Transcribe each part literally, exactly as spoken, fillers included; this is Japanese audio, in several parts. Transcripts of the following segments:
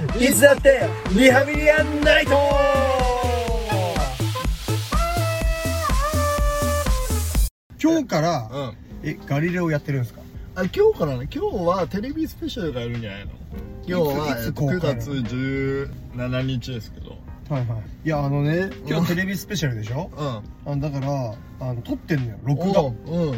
いつだってリハビリアンナイト。今日から、うん、えガリレオやってるんですか？ あ、今日からね。今日はテレビスペシャルがやるんじゃないの？今日はくがつじゅうしちにちですけど。 はいはい。いやあのね、今日テレビスペシャルでしょ？うん。あだからあの撮ってんのよ、録画。うん。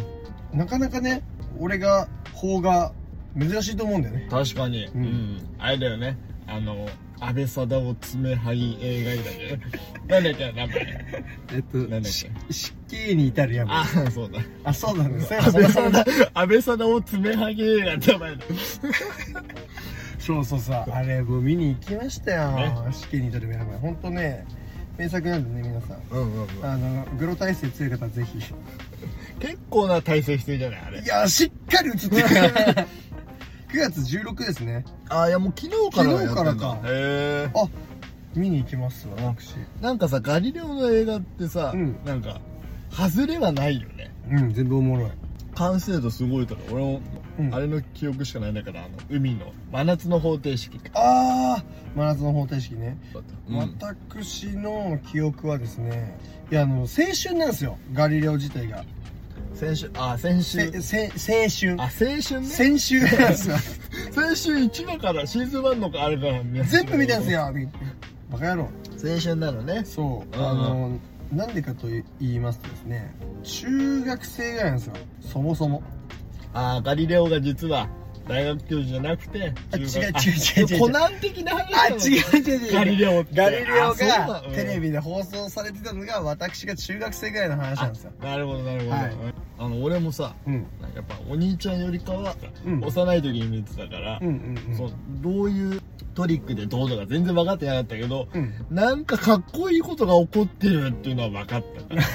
なかなかね、俺が方が珍しいと思うんだよね。 確かに。うん。うん、あれだよね。あの安倍貞夫爪はぎ映画だけど。なんだっけ名前。 えっとなんだっけ。死刑に至るやつ。 あ、そうだ。 あ、そうなんですね。 安倍貞安倍貞夫爪はぎ映画って名前だ。 そうそうさ、あれもう見に行きましたよ、ね、死刑に至る名前。本当ね名作なんでね、皆さん、うんうんうん、あのグロ体勢強い方はぜひ。 結構な体勢してるじゃないあれ。 いやしっかり映ってる。くがつじゅうろくですね。 あ、いやもう昨日からやってんだ。 昨日からか。 へえ。 あ、見に行きますわ私。 なんかさ、ガリレオの映画ってさ、うん、なんか外れはないよね。 うん、全部おもろい。 完成度すごいから、俺も、うん、あれの記憶しかないんだから、あの海の真夏の方程式か。 ああ、真夏の方程式ね。うん、私の記憶はですね、いやあの青春なんですよ、ガリレオ自体が。 先週、あ、先週。 せ、せ、青春。 あ、青春ね。 先週なんですよ。 先週いちわからシーズンワンのあるから、 全部見たんですよ。バカ野郎。 青春なのね。 そう。あの、なんでかと言いますとですね、中学生ぐらいなんですよ。そもそも。 ああ、ガリレオが実は大学教授じゃなくて、 あ、違う違う違う違う。 コナン的な話。 あ、違う違う違う。 ガリレオって。 ガリレオがテレビで放送されてたのが私が中学生ぐらいの話なんですよ。 なるほどなるほど。あの俺もさ、やっぱお兄ちゃんよりかは幼い時に見てたから、どういうトリックでどうとか全然分かってなかったけど、なんかかっこいいことが起こってるっていうのは分かったから。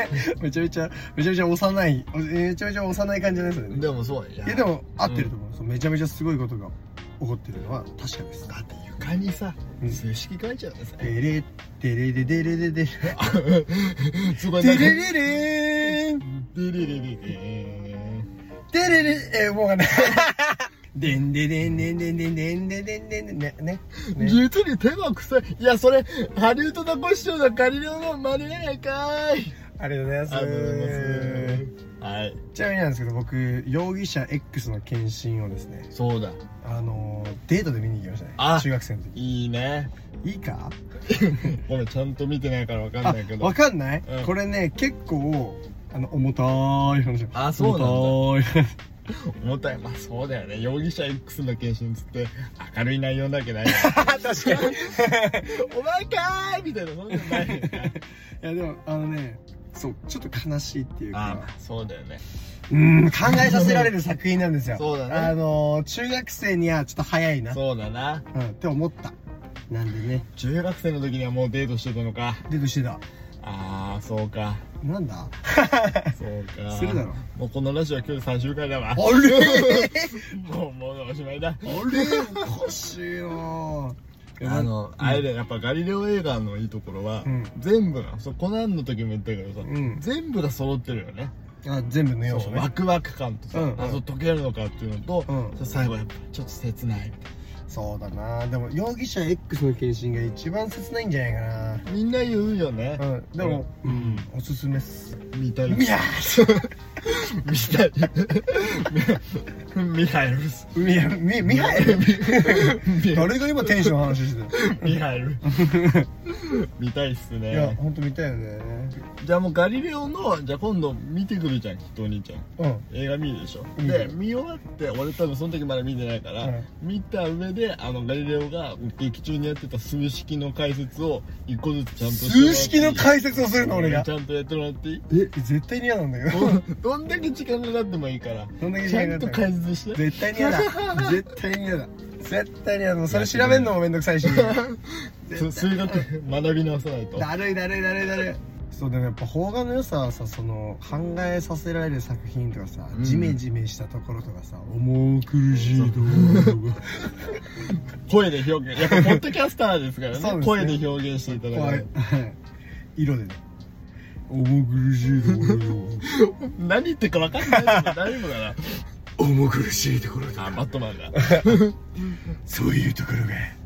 めちゃめちゃめちゃめちゃ幼い、めちゃめちゃ幼い感じですよね。 でもそうや。いやでも合ってると思う。めちゃめちゃすごいことが起こってるのは確かです。 だって床にさ、数式書いちゃうんですね。 デレデレデデレデデレすごい。 デレレレーンデレレレレーンデレレえもうね。でんででんでんでんでんでんでんでんでんでんねね。 実に手が臭い。いやそれハリウッドザコシショウのガリレオの真似じゃないかーい。 ありがとうございます。ありがとうございます。はい。ちなみになんですけど、僕容疑者 X の検診をですね。 そうだ。 あのデートで見に行きましたね。あ、中学生の時。 いいね。 いいか？ ごめん、ちゃんと見てないからわかんないけど。 わかんない？うん、これね結構あの重たい話。 あ、そうなんだ。 重たい。 重たい。まあそうだよね。容疑者 X の検診つって明るい内容だけない。 確かに。 お前かーいみたいなそんなのないよね。 いやでもあのね。そうちょっと悲しいっていうか。 あ、そうだよね。 うん考えさせられる作品なんですよ。 そうだね。 あの中学生にはちょっと早いな。 そうだな。 うんって思った。なんでね。 中学生の時にはもうデートしてたのか。 デートしてた。 ああそうか。 なんだ。 そうか。 するだろ。 もうこのラジオは今日さんしゅうかんだわ。 あれ。 もうもうおしまいだ。あれおかしいな。 あの、うん、あれでやっぱガリレオ映画のいいところは、うん、全部がそうコナンの時も言ったけどさ、うん、全部が揃ってるよね。 あ、全部の要素ね。 ワクワク感とさ、うんうん、謎解けるのかっていうのと、うん、最後やっぱちょっと切ないみたいな。 そうだな。でも容疑者 X の検診が一番切ないんじゃないかな。 みんな言うよね。 うん。でも、うん、おすすめっす。 見たい。 見たい。 見たい。ミハエルス。 ミミミハエル。誰が今テンション話してる。ミハエル。見たいっすね。 いや本当見たいよね。 じゃあもうガリレオのじゃあ今度見てくるじゃんきっとお兄ちゃん。うん。映画見るでしょ。で見終わって俺多分その時まだ見てないから、見た上であのガリレオが劇中にやってた数式の解説を一個ずつちゃんとして数式の解説をするの俺が。 ちゃんとやってもらっていい？ え絶対に嫌なんだけど。 どんだけ時間かかってもいいから。 どんだけ時間かかってもいい。 ちゃんと解説して。 絶対に嫌だ。絶対に嫌だ。絶対に嫌だ。それ調べるのもめんどくさいし。 数学学び直さないと。 だるいだるいだるいだるい。そうでもやっぱ邦画の良さはさ、その考えさせられる作品とかさ、ジメジメしたところとかさ、重苦しいところとか声で表現、やっぱポッドキャスターですからね。声で表現していただく。 色でね。重苦しいところ。 何言ってるか分かんないけど大丈夫だな。 重苦しいところとか。 あ、バットマンだ。 そういうところが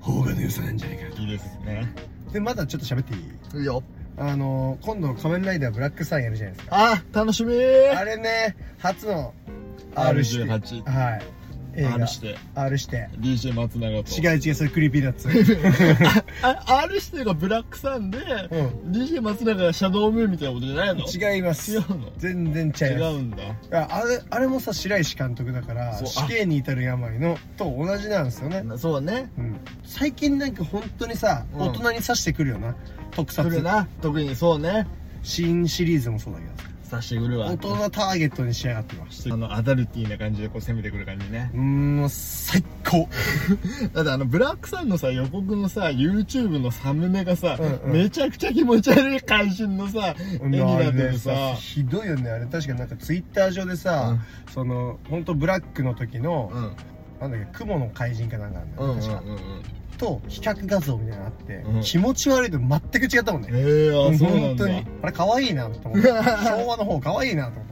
邦画の良さなんじゃないかなと。 いいですね。 でまだちょっと喋っていい？ いいよ。 あのー、今度仮面ライダーブラックサンやるじゃないですか。 あ楽しみー。 あれね、初のアールじゅうはち。 はい。 R して R してディージェー 松永と違う違う、それクリーピーナッツ。 ああ R してがブラックさんで、うん、ディージェー 松永がシャドウムーンみたいなことじゃないの？ 違います。 違うの？ 全然違います。 違うんだ。 あれあれもさ、白石監督だから死刑に至る病のと同じなんですよね。 そうね、 うん、最近なんか本当にさ、うん、大人に刺してくるよな、特撮。 来るな、特にそうね。 新シリーズもそうだけどさ、 刺してくるわ。 大人ターゲットに仕上がってます。 あのアダルティーな感じでこう攻めてくる感じね。 うーん、もう最高。 だってあのブラックさんのさ予告のさ YouTube のサムネがさ、うんうん、めちゃくちゃ気持ち悪い会心のさ絵になってるさ、 ひどいよねあれ。確かになんかツイッター上でさ、うん、その本当ブラックの時の、うん、なんだっけ、雲の怪人かなんかあるんだよね、確か。と比較画像みたいなのがあって、うん、気持ち悪いと全く違ったもんね。 えー、あ、そうなんだ。 本当にあれ可愛いなと思って。昭和の方可愛いなと思って。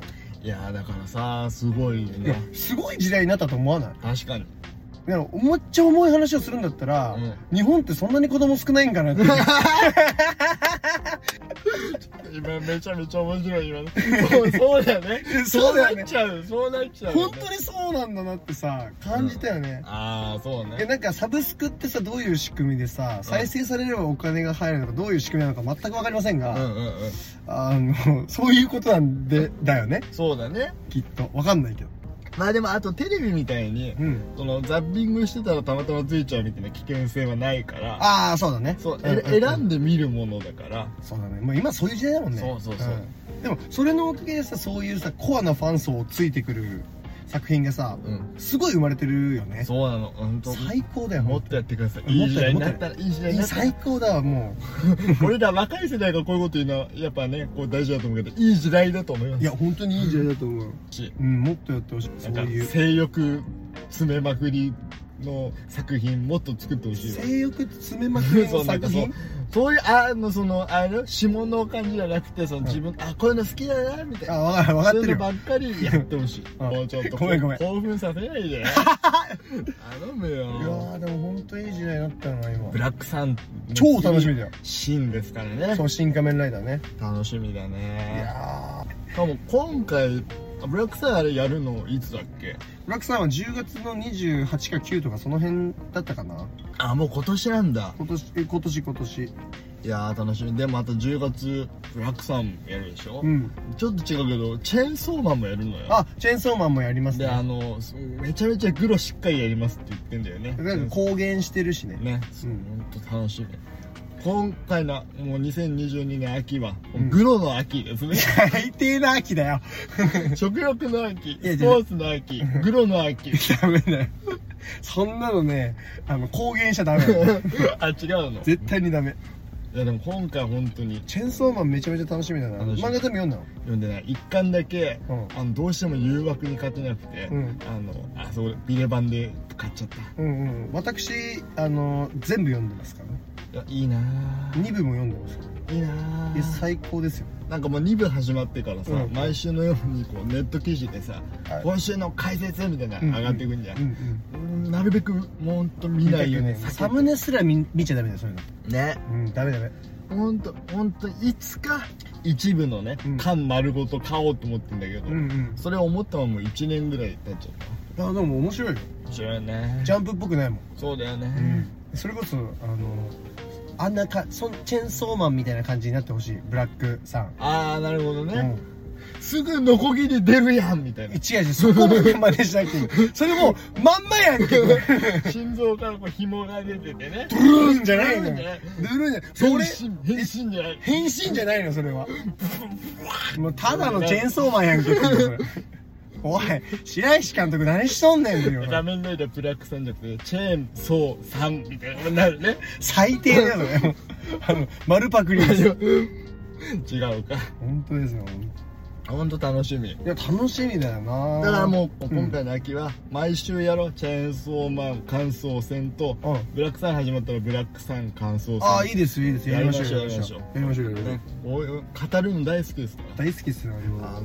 いやーだからさ、すごいね。 すごい時代になったと思わない？ 確かに。 でもめっちゃ重い話をするんだったら、うん、日本ってそんなに子供少ないんかなって。 今めちゃめちゃ面白い今の。そうだよね。そうなっちゃう。そうなっちゃう。 本当にそうなんだなってさ感じたよね。 うん、ああそうね。 えなんかサブスクってさ、どういう仕組みでさ、再生されればお金が入るのか、どういう仕組みなのか全く分かりませんが、うんうんうん、あのそういうことなんでだよね。 そうだね。 きっと分かんないけど。 まあでもあとテレビみたいに、うん、そのザッピングしてたらたまたまついちゃうみたいな危険性はないから。 ああそうだね。 そう、うんうんうん、選んで見るものだから。 そうだね。もう今そういう時代だもんね。 そうそうそう、 うん、でもそれのおかげでさ、そういうさコアなファン層をついてくる作品がさ、うん、すごい生まれてるよね。 そうなの、本当最高だよ。 もっとやってください。いい時代になったら、いい時代になったら最高だわ。もう俺ら若い世代がこういうこと言うのはやっぱね、こう大事だと思うけど、いい時代だと思います。 いや本当にいい時代だと思う。うん、もっとやってほしい。 そういう性欲詰めまくりの作品もっと作ってほしい。 性欲詰めまくりの作品。 そういうあのそのあれ下の感じじゃなくて、その自分、うん、あこういうの好きだなみたいな、 あ分かる分かってるよ、 そういうのばっかりやってほしい。もうちょっとごめんごめん、 興奮させないで頼むよ。いやーでも本当いい時代になったな今。 ブラックさん超楽しみだよ。 新ですからね。 そう、新仮面ライダーね、 楽しみだね。 いやーしかも今回ブラックさんあれやるのいつだっけ？ ブラックさんはじゅうがつのにじゅうはちかきゅうとかその辺だったかな。 あ、もう今年なんだ。 今年、え今年今年。 いやー楽しみ。でもあとじゅうがつブラックさんやるでしょ。うん。ちょっと違うけどチェーンソーマンもやるのよ。 あ、チェーンソーマンもやりますね。 であのめちゃめちゃグロしっかりやりますって言ってんだよね。 なんか公言してるしね。 ね。うん。本当楽しみ。今回のもうにせんにじゅうにねん秋はグロの秋ですね。 最低な秋だよ。 食欲の秋、スポーツの秋、グロの秋。 ダメだよ。そんなのね、あの公言しちゃダメだよ。 あ、違うの。 絶対にダメ。 いやでも今回本当にチェーンソーマンめちゃめちゃ楽しみだな。漫画でも読んだの？ 読んでない。一巻だけ、うん、あのどうしても誘惑に勝てなくて、うん、あのあそうビレ版で買っちゃった。うんうん。私あの全部読んでますからね。 いやいいなー。 にぶも読んでますから。いいなー。最高ですよ。 なんかもうにぶ始まってからさ、うん、毎週のようにこうネット記事でさ、はい、今週の解説みたいな上がってくんじゃん。うんうんうん、なるべくもうほんと見ないよね。 サムネすら 見, 見ちゃダメだよそういうの。ね。うん、ダメダメ。 ほんとほんといつか一部のね、うん、缶丸ごと買おうと思ってんだけど、うんうん、それを思ったままいちねんぐらい経っちゃった。 あ、でも面白いよ。 面白いね。 ジャンプっぽくないもん。 そうだよね。 うん、それこそあのあんなかそチェーンソーマンみたいな感じになってほしい、ブラックさん。 ああなるほどね、うん、すぐノコギリ出るやんみたいな。 違う違う、そこまで真似しなくていい。それもうまんまやんけ。 心臓からこう紐が出ててね、 ドゥルーンじゃないの。ドゥルーンじゃない。それ変身じゃない。 変身じゃないのそれは。もうただのチェーンソーマンやんけ。おい、白石監督何しとんねんよ。 画面ライダーブラックさんじゃなくてチェーンソーさんみたいなことになるね。 最低だよね。あの丸パクリですよ。 違うか。 本当ですよ。 本当楽しみ。いや楽しみだよな。 だからもう今回の秋は毎週やろう。チェーンソーマン感想戦と、うん、ブラックさん始まったらブラックさん感想戦。ああいいですいいです。やりましょうやりましょう。やりましょう。 ね、語るの大好きですから。 大好きですよ。 あの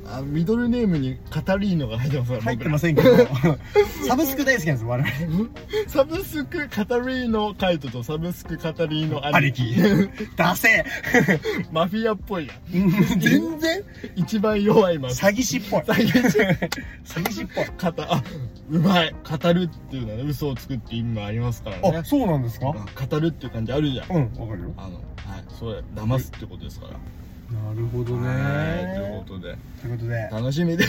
あミドルネームにカタリーノが入ってますから。 入ってませんけどサブスク大好きなんです我々。 サブスクカタリーノカイトとサブスクカタリーノ兄貴ダセーマフィアっぽいやん。 全然一番弱いマフィア。 詐欺師っぽい。 詐欺師詐欺師っぽい。 かたあうまい。語るっていうのはね、嘘をつくって意味もありますからね。 あ、そうなんですか。 語るっていう感じあるじゃん。 うん、わかるよ。 あのはい、それ騙すってことですから。 なるほどね。 はい、ということで。 ということで。 楽しみです。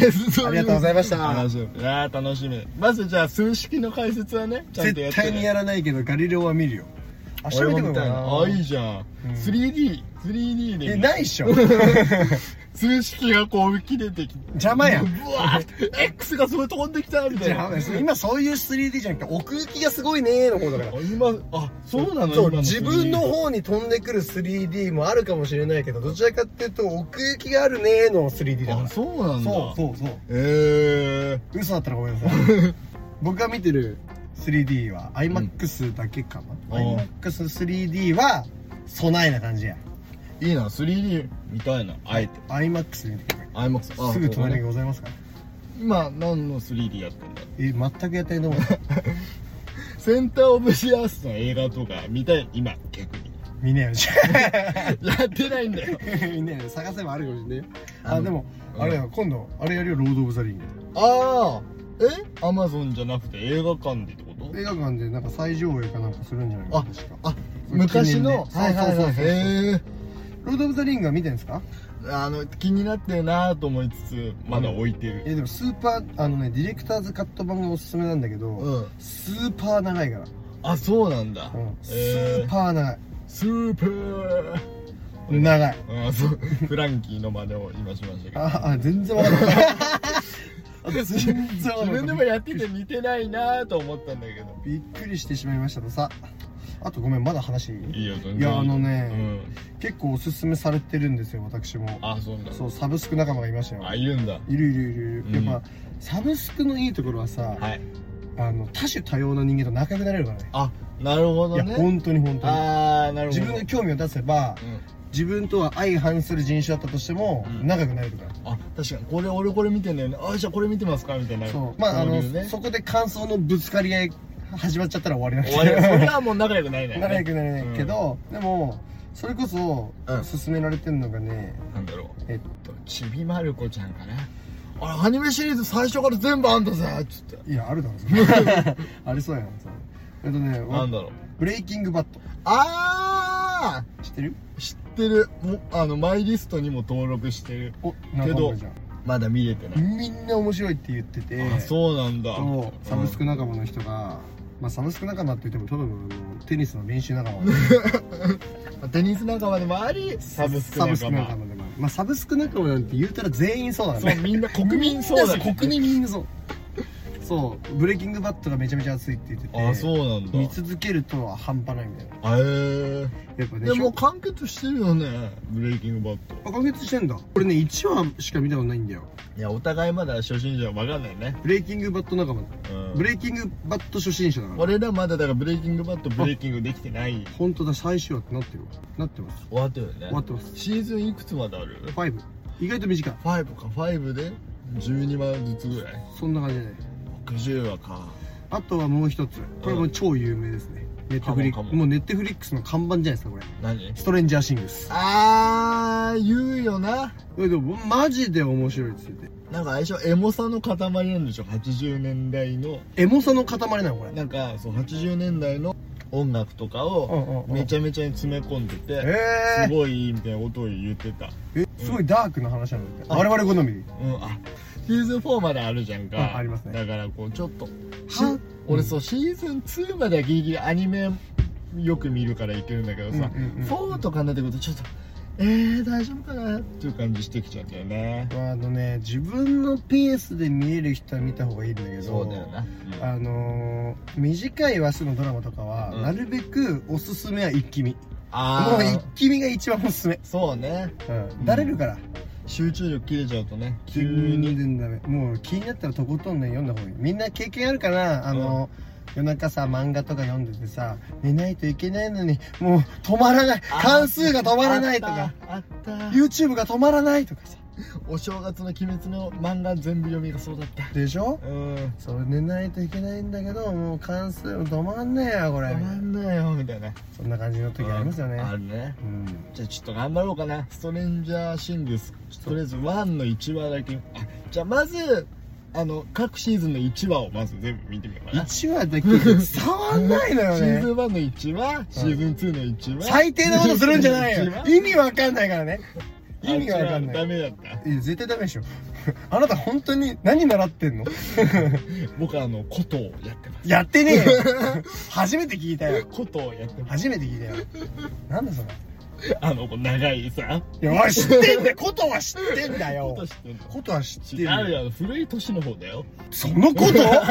ありがとうございました。 楽しみ。いや楽しみ。まずじゃあ数式の解説はね、 ちゃんとやって、ね。絶対にやらないけどガリレオは見るよ。 あ、しゃべってくるかな。あ、いいじゃん。うん、スリーディー、スリーディー で。 え、ないっしょ。 数式がこう切れてきて。 邪魔やん。 うわ X がすごい飛んできたみたいな。 今そういう スリーディー じゃなくて奥行きがすごいねーの方だから。 今、あ、そうなの。 そう、自分の方に飛んでくる スリーディー もあるかもしれないけど、どちらかっていうと奥行きがあるねーの スリーディー だから。 あ、そうなんだ。 そうそうそう。 ええー。 嘘だったらごめんなさい。僕が見てる スリーディー は アイマックス だけかな。アイマックススリーディー は備えな感じや。 いいな、スリーディー みたいな、あえて。 アイマックス 見てください。 アイマックス、 すぐ隣にございますから。 今、何の スリーディー やってんだ。 え、全くやってないと思う。 センターオブシアースの映画とか見たい、今、逆に。 見ねえよ、じゃやってないんだよ。 見ねえよ、探せばあるかもしれない。あ、でも、あれよ、今度、あれやるよ、ロード・オブ・ザ・リング。 ああ、えアマゾンじゃなくて映画館でってこと？ 映画館でなんか再上映かなんかするんじゃないかな、確か。 あ、昔の。 はいはいはい。 へえ。 ロード・オブ・ザ・リングは見てんですか？ あの気になってるなぁと思いつつまだ置いてる。 えでもスーパーあのねディレクターズカット版がおすすめなんだけど、うん、スーパー長いから。 あ、そうなんだ。 うん、スーパー長い。 スーパー長い。 あ、そう。フランキーの真似を今しましたけど。 ああ、全然わかんない。全然自分でもやってて似てないなぁと思ったんだけど。 びっくりしてしまいましたとさ。あとごめん、まだ話いい？ いいよ、全然。 いや、あのね、うん、結構おすすめされてるんですよ、私も。 あ、そうなんだ。 そう、サブスク仲間がいましたよ。 あ、いるんだ。 いるいるいるいる。やっぱ、サブスクのいいところはさ、はい、あの、多種多様な人間と仲良くなれるからね。 あ、なるほどね。 いや、本当に本当に。 あー、なるほど。 自分が興味を出せば、うん、自分とは相反する人種だったとしても、うん、仲良くなれるから。 あ、確かに。これ、俺これ見てんだよね。あ、じゃあこれ見てますかみたいな。 そう。まあ、あの、ね、そこで感想のぶつかり合い、始まっちゃったら終わりなんですよ。 それはもう仲良くないね。 仲良くなれないけど、でもそれこそ勧められてるのがね、 なんだろう、えっとちびまる子ちゃんかな。あれアニメシリーズ最初から全部あんだぜっつって。 いや、あるだろ。ありそうやん。えっとね、 なんだろう、 ブレイキングバット。 ああ、 知ってる？ 知ってる。もあのマイリストにも登録してるけどまだ見れてない。 みんな面白いって言ってて。 あ、そうなんだ。 そう、サブスク仲間の人が、まあサブスク仲間って言ってもただのテニスの練習仲間。テニス仲間でもあり、サブスク仲間。サブスク仲間でもある。まあサブスク仲間なんて言うたら全員そうだね。 そう、みんな国民そうだね。 国民みんなそう。そう、ブレイキングバットがめちゃめちゃ熱いって言ってて。 あ、そうなんだ。 見続けるとは半端ないみたいな。 へえ。やっぱね。でも完結してるよね、ブレイキングバット。 あ、完結してんだ。これね、いちわしか見たことないんだよ。 いや、お互いまだ初心者は分かんないね。 ブレイキングバット仲間。ブレイキングバット初心者だから。 俺らまだだからブレイキングバットブレイキングできてない。 本当だ、最終話ってなってる。なってます。 終わってるよね。 終わってます。 シーズンいくつまである？ ご。意外と短い。 ごか。ごでじゅうにわずつぐらい。 そんな感じで。 ろくじゅうわか。 あとはもう一つ。これも超有名ですね。ネットフリックス。もうネットフリックスの看板じゃないですか、これ。 何？ ストレンジャーシングス。 あー、言うよな。 でもマジで面白いですよね。 なんか相性エモさの塊なんでしょ。はちじゅうねんだいのエモさの塊なのこれ。 なんかそうはちじゅうねんだいの音楽とかをめちゃめちゃに詰め込んでて、すごいいいみたいなことを言ってた。 え、すごいダークな話なんだって。我々好み。 うん、あ、シーズンフォーまであるじゃんか。 ありますね。 だからこうちょっと俺そうシーズンツーまではギリギリアニメよく見るからいけるんだけどさ、フォーとかになってくるとちょっとえー、大丈夫かなっていう感じしてきちゃうんだよね。 あのね、自分のペースで見える人は見た方がいいんだけど、 そうだよな、 うん、あのー、短い話数のドラマとかは、うん、なるべくおすすめは一気見。あもう一気見が一番おすすめ。 そうね、 うん、慣れるから、うん、 集中力切れちゃうとね、 急に全然ダメ。もう気になったらとことんね読んだ方がいい。みんな経験あるかな、あのー、うん、夜中さ漫画とか読んでてさ、寝ないといけないのにもう止まらない、関数が止まらないとか、あった YouTube が止まらないとかさ、 お正月の鬼滅の漫画全部読みがそうだったでしょ。 うん。 それ寝ないといけないんだけど、もう関数止まんねえよこれ。 止まんねえよみたいな、 そんな感じの時ありますよね。 あるね。 うん。 じゃあちょっと頑張ろうかな。ストレンジャーシングスとりあえずワンのいちわだけ。あ、じゃあまずあの各シーズンのいちわをまず全部見てみようかな。 いちわだけ伝わんないのよね。 シーズンワンのいちわ、シーズンツーのいちわ。 最低なことするんじゃないよ。意味わかんないからね。意味がわかんない。 ダメだった。 いや絶対ダメでしょ。あなた本当に何習ってんの？ 僕はあの琴をやってます。 やってねえよ。初めて聞いたよ。 琴をやってます。 初めて聞いたよ。なんだそれ。 あの長いさ。 いや知ってんだよ。琴は知ってんだよ。 琴知ってんの。 琴は知ってる。 あるよ、古い年の方だよ。 そのこと？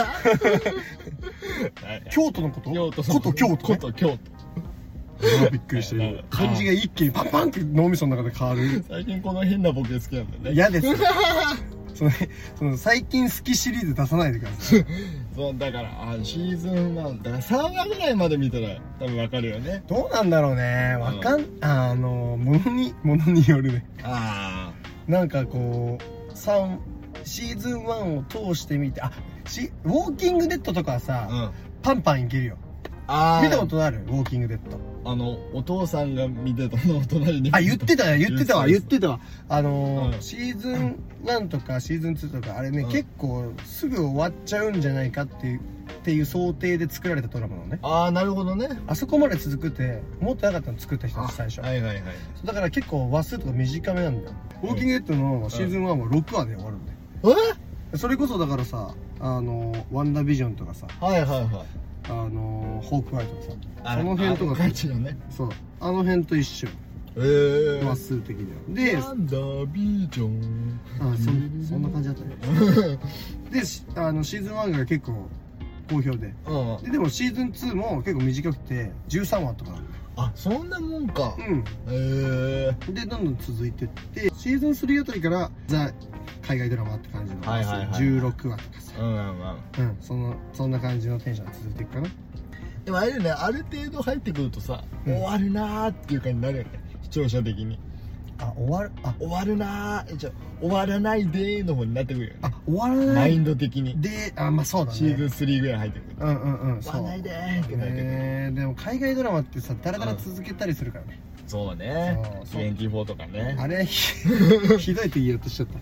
京都のこと？ 京都。 琴京都。 琴京都。 びっくりしてる。漢字が一気にパンパンって脳みその中で変わる。 最近この変なボケ好きなんだよね。 嫌です。そのその最近好きシリーズ出さないでください。 そうだからあシーズンワンだからさんわぐらいまで見たら多分わかるよね。 どうなんだろうね。わかんあのものにものによるね。ああ。なんかこう三シーズンワンを通してみて、あしウォーキングデッドとかはさ、うん、パンパンいけるよ。あ見たことある？ウォーキングデッド。 あのお父さんが見てたのを隣に。 あ言ってたよ言ってたわ言ってたわ。あのーうん、シーズンワンとかシーズンツーとかあれね、うん、結構すぐ終わっちゃうんじゃないかっていうっていう想定で作られたドラマなのね。ああなるほどね。あそこまで続くって思ってなかったの作った人たち最初。はいはいはい。だから結構話数とか短めなんだよ。ウォーキングデッドのシーズンワンはろくわで終わるんだよ。え？それこそだからさあのー、ワンダービジョンとかさ。はいはいはい。あのー、ホークアイとかさ、その辺とかさ、ね、そう、あの辺と一緒。えー、話数的には。で、ワンダービジョン。あ、そ、そんな感じだったね。で、あのシーズンワンが結構好評で、うん、で、でもシーズンツーも結構短くてじゅうさんわとかある。あ、そんなもんか。うん。へえ。で、どんどん続いてって、シーズンスリーあたりからザ海外ドラマって感じのじゅうろくわとかさ、うんうんうん、そのそんな感じのテンションが続いていくかな。でもあれよね、ある程度入ってくるとさ、うん、終わるなーっていう感じになるよね、視聴者的に。あ、終わる、あ、終わるなー、じゃ終わらないでーの方になってくるよね。あ、終わらないマインド的にで、あ、まあそうだね、シーズンスリーぐらい入ってくる。うんうんうん、終わらないでーってなってくる。えー、でも海外ドラマってさ、だらだら続けたりするからね。うん、そうね、にじゅうよんとかね。あれひどいって言おうとしちゃった。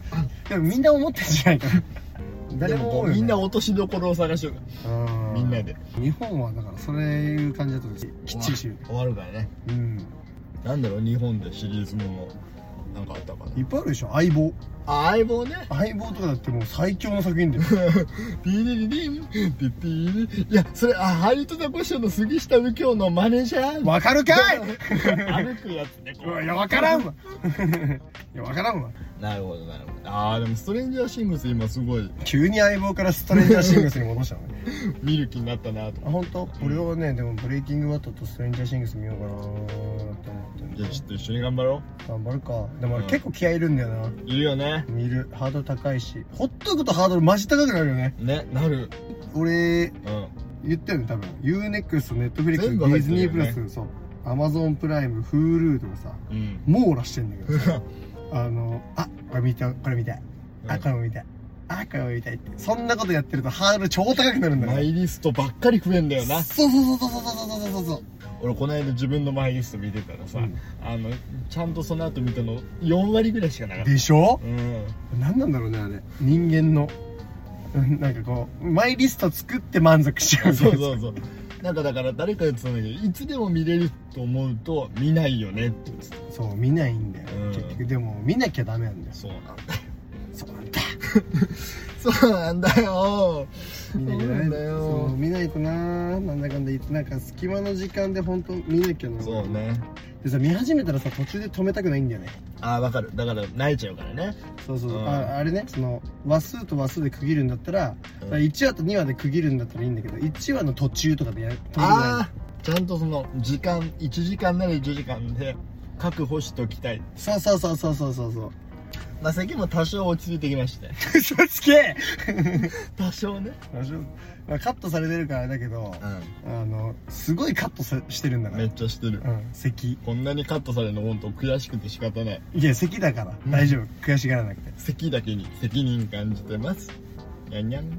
でもみんな思ってんじゃないかな。誰もみんな落としどころを探しようか、みんなで。日本はだからそういう感じだときっちりし終わるからね。うん、なんだろう、日本でシリーズものなんかあったかな。いっぱいあるでしょ。相棒。あ、相棒ね。相棒とかだってもう最強の作品だよ。ピリリリンピッピー。いや、それ、あ、ハリウッドザコシショウの杉下右京のマネージャー。わかるかい。歩くやつね。いや、わからんわ。いや、わからんわ。なるほどなるほど。ああ、でもストレンジャーシングス今すごい急に相棒からストレンジャーシングスに戻したのね。見る気になったなと。あ、本当？俺はね、でもブレイキングバットとストレンジャーシングス見ようかなーって思ってる。じゃあちょっと一緒に頑張ろう。頑張るか。でも結構気合いいるんだよな。いるよね。見る。ハードル高いし、ほっとくとハードルマジ高くなるよね。ね、なる。俺、うん、言ったよね、多分 ユーネックス、ネットフリックス、ディズニープラス、そう、アマゾンプライム、Hulu とかさ、うん、網羅してんだけどさ、あの、あ、これ見たい、これ見たい、あ、これも見たい、あ、これも見たいって、そんなことやってるとハードル超高くなるんだよ。マイリストばっかり増えんだよな。そうそうそうそうそうそうそうそう。俺この間自分のマイリスト見てたらさ、うん、あのちゃんとその後見たのよんわりぐらいしかなかったでしょ。うん、何なんだろうね、あれ。人間のなんかこうマイリスト作って満足しちゃう。そうそうそう。なんかだから誰か言ってたんだけど、いつでも見れると思うと見ないよねって言ってた。そう、見ないんだよ、うん、結局。でも見なきゃダメなんだよ。そうなんだよ。そうなんだそうなんだよ。見なきゃダメだよ。そう、見ないとなー。なんだかんだ言って、なんか隙間の時間で本当見なきゃな。そうね。でさ、見始めたらさ、途中で止めたくないんだよね。ああ、わかる。だから泣いちゃうからね。そうそう、うん、あ, あれね、その話数と話数で区切るんだったら、うん、いちわとにわで区切るんだったらいいんだけど、いちわの途中とかでやる。ああ、ちゃんとその時間、いちじかんならいちじかんで確保しときたい。そうそうそうそうそうそうそう。 まあ咳も多少落ち着いてきまして嘘つけ多少ね多少、まあ、カットされてるからあれだけど、うん、あのすごいカットさしてるんだから。 めっちゃしてる、 うん、咳。 こんなにカットされるの本当悔しくて仕方ない。 いや咳だから、うん、大丈夫、悔しがらなくて。 咳だけに責任感じてます。にゃんにゃん。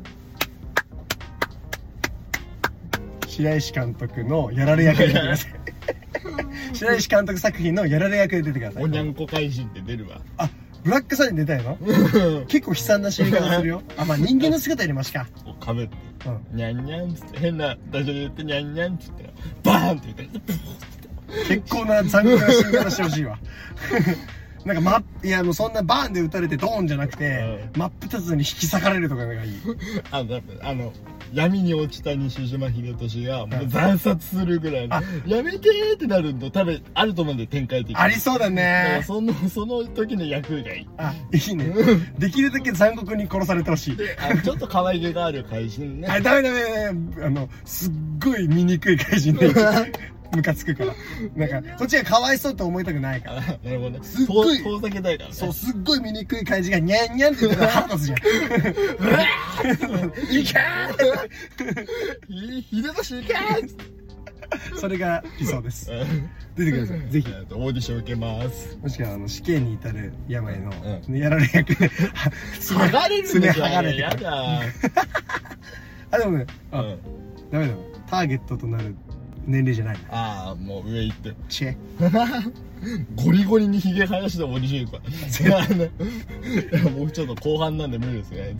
白石監督のやられ役で出てください白石監督作品のやられ役で出てください。 おにゃんこ怪人って出るわ。 あ、ブラックサニー出たいの結構悲惨な死に方するよ。あ、まあ人間の姿入れましか。 かぶって、うん、にゃんにゃんっつって変なダジャレ言ってにゃんにゃんっつってバーンって言って結構な残酷な死に方してほしいわなんかま、いやもうそんなバーンで撃たれてドーンじゃなくて、うん、真っ二つに引き裂かれるとかがいいあの、あの闇に落ちた西島秀俊がもう惨殺するぐらいの、やめてーってなると多分あると思うんで、展開的にありそうだね。 だからそのその時の役がいい。 あ、いいねできるだけ残酷に殺されてほしい。 あ、ちょっと可愛げがある怪人ね。 あ、ダメダメダメ、あのすっごい醜い怪人でムカつくから、なんかこっちがかわいそうと思いたくないから。なるほどね。 すっごい遠ざけたいからね。 そう、すっごい醜い怪人がニャンニャンって言ったら腹立つじゃんいけー秀俊いけーそれが理想です。出てください、ぜひ。 オーディション受けます。 もしくはあの死刑に至る病の、うん、やられ役で剥がれるんですよ。剥がれてやだあ、でもね、あ、うん、ダメだよ、ターゲットとなる年齢じゃない。 ああ、もう上行って。 チェゴリゴリにヒゲ生やしてオーディション行くわ。もうちょっと後半なんで無理ですね。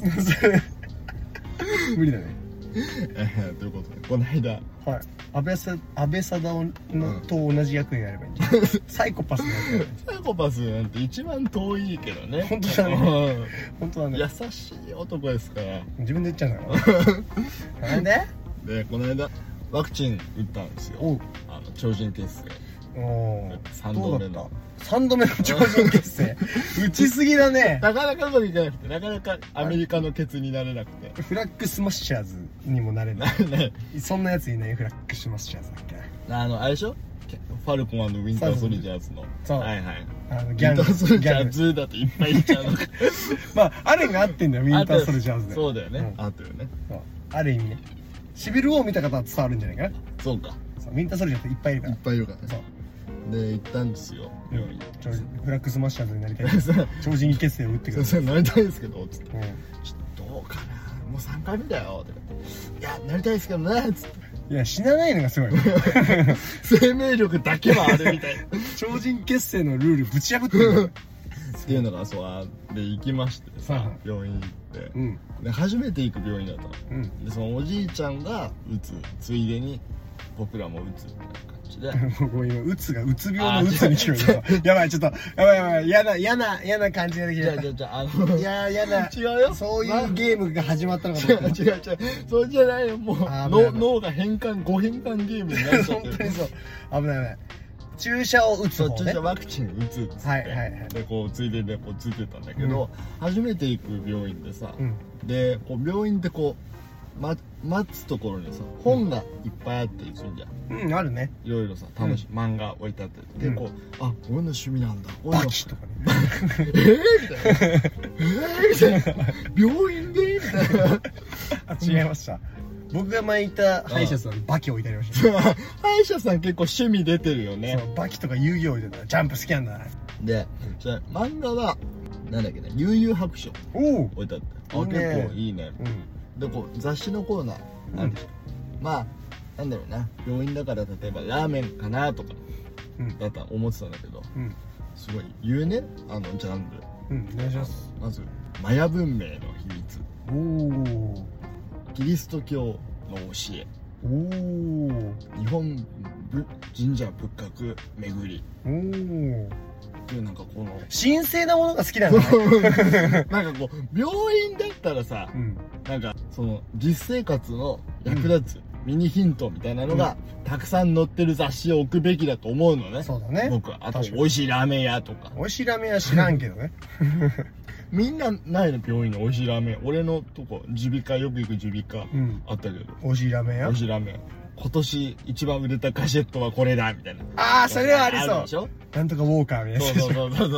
無理だね。 ということで、この間、はい、 安倍さ安倍貞夫のと同じ役になればいいんじゃない、サイコパスの役。 サイコパスなんて一番遠いけどね。 本当だね。本当だね。 優しい男ですから。 自分で言っちゃうんだからなんでで、この間ワクチン打ったんですよ。あの超人結成。おー、さんどめのさんどめの超人結成打ちすぎだね。 なかなかうまくいかなくて、なかなかアメリカのケツになれなくて、 フラッグスマッシャーズにもなれないそんなやついない。フラッグスマッシャーズだっけ。 あのあれでしょ、ファルコン&ウィンターソルジャーズの。 そう、 はいはい、 あのギャング、 ウィンターソルジャーズだといっぱいいっちゃうのかまあある意味合ってんだよ、ウィンターソルジャーズで。そうだよね、合ってるね。 ある意味ね、シビル王を見た方は伝わるんじゃないかな。 そうか、 ウィンターソルジャーっていっぱいいるから。 いっぱいいるからね。そうで行ったんですよ、病院。 フラッグスマッシャーズになりたい超人結成を打ってください。 なりたいですけどつって、ちょっとどうかな、もうさんかいめだよって、いやなりたいですけどねつって。 いや死なないのがすごい生命力だけはあるみたいな超人結成のルールぶち破ってるっていうのがそうあで行きましてさ、病院行って、うん、で初めて行く病院だったの、うん、でそのおじいちゃんが打つついでに僕らも打つみたいな感じでもう今うつがうつ病のうつに聞こえるやばい、ちょっとやばいやばい、嫌な嫌な嫌な感じができる。 じゃあじゃあじゃああのいや嫌な、 違うよ、 そういうゲームが始まったのかと思った。 違う違う違う、そうじゃないよ、もう脳脳が変換ご変換ゲームになっちゃってる。 本当にそう、危ない危ない。注射を打つ方ね。 注射ワクチン打つっつって、はいはいはい、でこうついででこうついてたんだけど、うん、初めて行く病院でさ、うん、でこう病院ってこう、ま、待つところにさ本がいっぱいあったりするじゃん。うん、あるね。いろいろさ楽しい、うん、漫画置いてあったりで、うん、こうあ俺の趣味なんだ。 バキとかね。 えーみたいな。えーみたいな。病院でみたいな。 あ、違いました。僕が前いた歯医者さんバキ置いてありました。 歯医者さん結構趣味出てるよね。 そうバキとか遊戯王置いてた。ジャンプ好きなんだ。 で、じゃ漫画はなんだっけね、悠々白書置いてあって、あ結構いいね。でこう雑誌のコーナーなんでしょう。まあなんだろうな、病院だから例えばラーメンかなとかだったら思ってたんだけど、すごい言うね、あのジャンル。 うん、お願いします。 まずマヤ文明の秘密。おお。キリスト教の教え。おお。日本神社仏閣巡り。おお。っていうなんかこの神聖なものが好きだよね。 なんかこう病院だったらさ、うん、なんかその実生活の役立つ、うん、ミニヒントみたいなのが、うん、たくさん載ってる雑誌を置くべきだと思うのね。そうだね。僕はあと美味しいラーメン屋とか。 美味しいラーメン屋知らんけどね。 みんなないの、病院の美味しいラーメン。俺のとこ耳鼻科、よく行く耳鼻科、うん、あったけど。 美味しいラーメン屋。 美味しいラーメン。今年一番売れたガジェットはこれだみたいな。 ああ、それはありそう。なんとかウォーカーみたいな。 そうそうそうそう。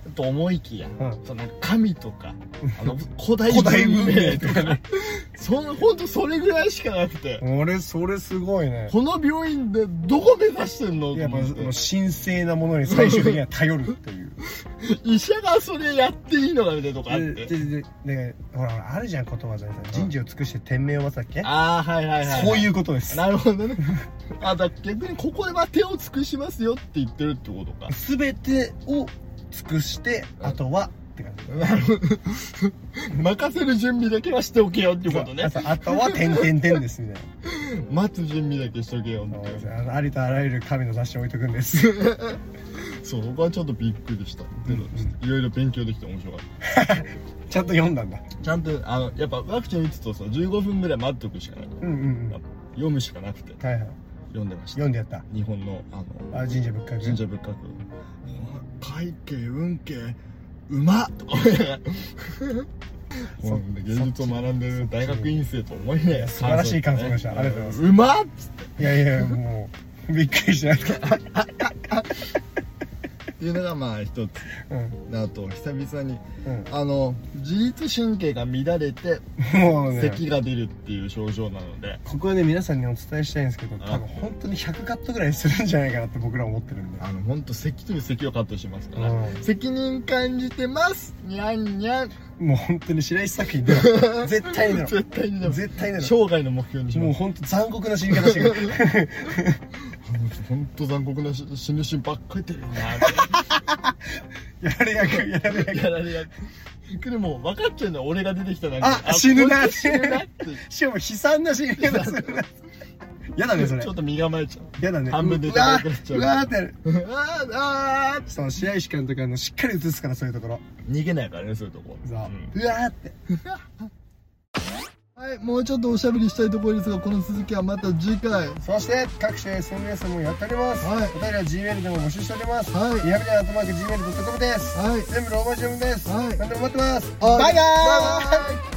と思いきや、うん、その神とかあの古代文明とかねそのほんとそれぐらいしかなくて、 俺それすごいね。 この病院でどこ目指してんの？ やっぱ神聖なものに最終的には頼るっていう医者がそれやっていいのかみたいなとこあって、 でででほらほらあるじゃん言葉でさ、人事を尽くして天命を待つだっけ。 ああはいはいはい、はい、 そういうことです。 なるほどねあだ逆にここでは手を尽くしますよって言ってるってことか。 全てを尽くしてあとはって感じ。 なるほど任せる準備だけはしておけよっていうことね。 あとは点々点ですみたいな待つ準備だけしとけよっていう。 ありとあらゆる神の雑誌を置いとくんですそう僕はちょっとびっくりした。けどいろいろ勉強できて面白かったちゃんと読んだんだ。 ちゃんとあのやっぱワクチン打つとさじゅうごふんぐらい待っとくしかない。うんうんうん、読むしかなくて、はいはい、読んでました。 読んでやった。 日本のあのあ神社仏閣神社仏閣会計運慶うまっとか芸術を学んでる大学院生と思えない素晴らしい感想でした。ありがとうございます。 うまっつっていやいやもうびっくりしないっていうのがまあ一つ、うん、あと久々に、うん、あの自律神経が乱れてもう、ね、咳が出るっていう症状なので、 ここはね皆さんにお伝えしたいんですけど、多分本当にひゃくカットぐらいするんじゃないかなって僕ら思ってるんで、 あの本当咳という咳をカットしますから、うん、責任感じてますにゃんにゃん。 もう本当に白石作品では絶対にだろ絶対にだろ絶対にだろ生涯の目標にします。 もう本当残酷な死に方してくる本当残酷な死ぬシーンばっかり出るよなやられ役やられ役やられ役でも分かっちゃうのは俺が出てきたなんかあ死ぬな死ぬなってしかも悲惨な死に方するなやだねそれ。 ちょっと身構えちゃう。 やだね。 半分でいただけちゃう。 うわーってやる。うわーあーその白石監督あのしっかり映すからそういうところ。 逃げないからねそういうとこ。 そう。うわーって。 はい、もうちょっとおしゃべりしたいところですが、この続きはまた次回。 そして各種 エスエヌエス もやっております。はい。お便りは ジーメール でも募集しております。はい。にひゃくにんアットマーク ジーメールドットコム です。はい。全部ローマ字読みです。はい。何でも待ってます。バイバーイ。バイバーイ。